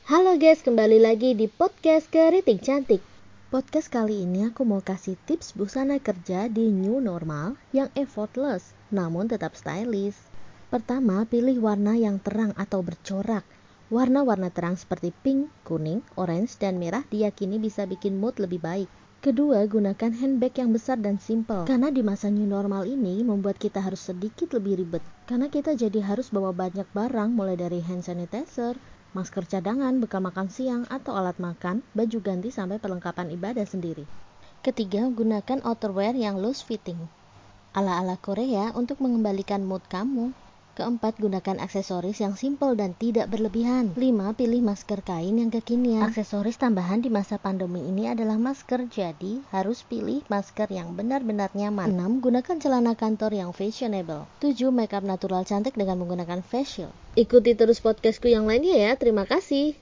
Halo guys, kembali lagi di podcast Keriting Cantik. Podcast kali ini aku mau kasih tips busana kerja di new normal yang effortless namun tetap stylish. Pertama, pilih warna yang terang atau bercorak. Warna-warna terang seperti pink, kuning, orange, dan merah diyakini bisa bikin mood lebih baik. Kedua, gunakan handbag yang besar dan simple. Karena di masa new normal ini membuat kita harus sedikit lebih ribet. Karena kita jadi harus bawa banyak barang mulai dari hand sanitizer, masker cadangan, bekal makan siang atau alat makan, baju ganti sampai perlengkapan ibadah sendiri. Ketiga, gunakan outerwear yang loose fitting ala-ala Korea untuk mengembalikan mood kamu. Keempat, gunakan aksesoris yang simple dan tidak berlebihan. 5. Pilih masker kain yang kekinian. Aksesoris tambahan di masa pandemi ini adalah masker, jadi harus pilih masker yang benar-benar nyaman. 6. Gunakan celana kantor yang fashionable. 7. Makeup natural cantik dengan menggunakan face shield. Ikuti terus podcastku yang lainnya ya. Terima kasih.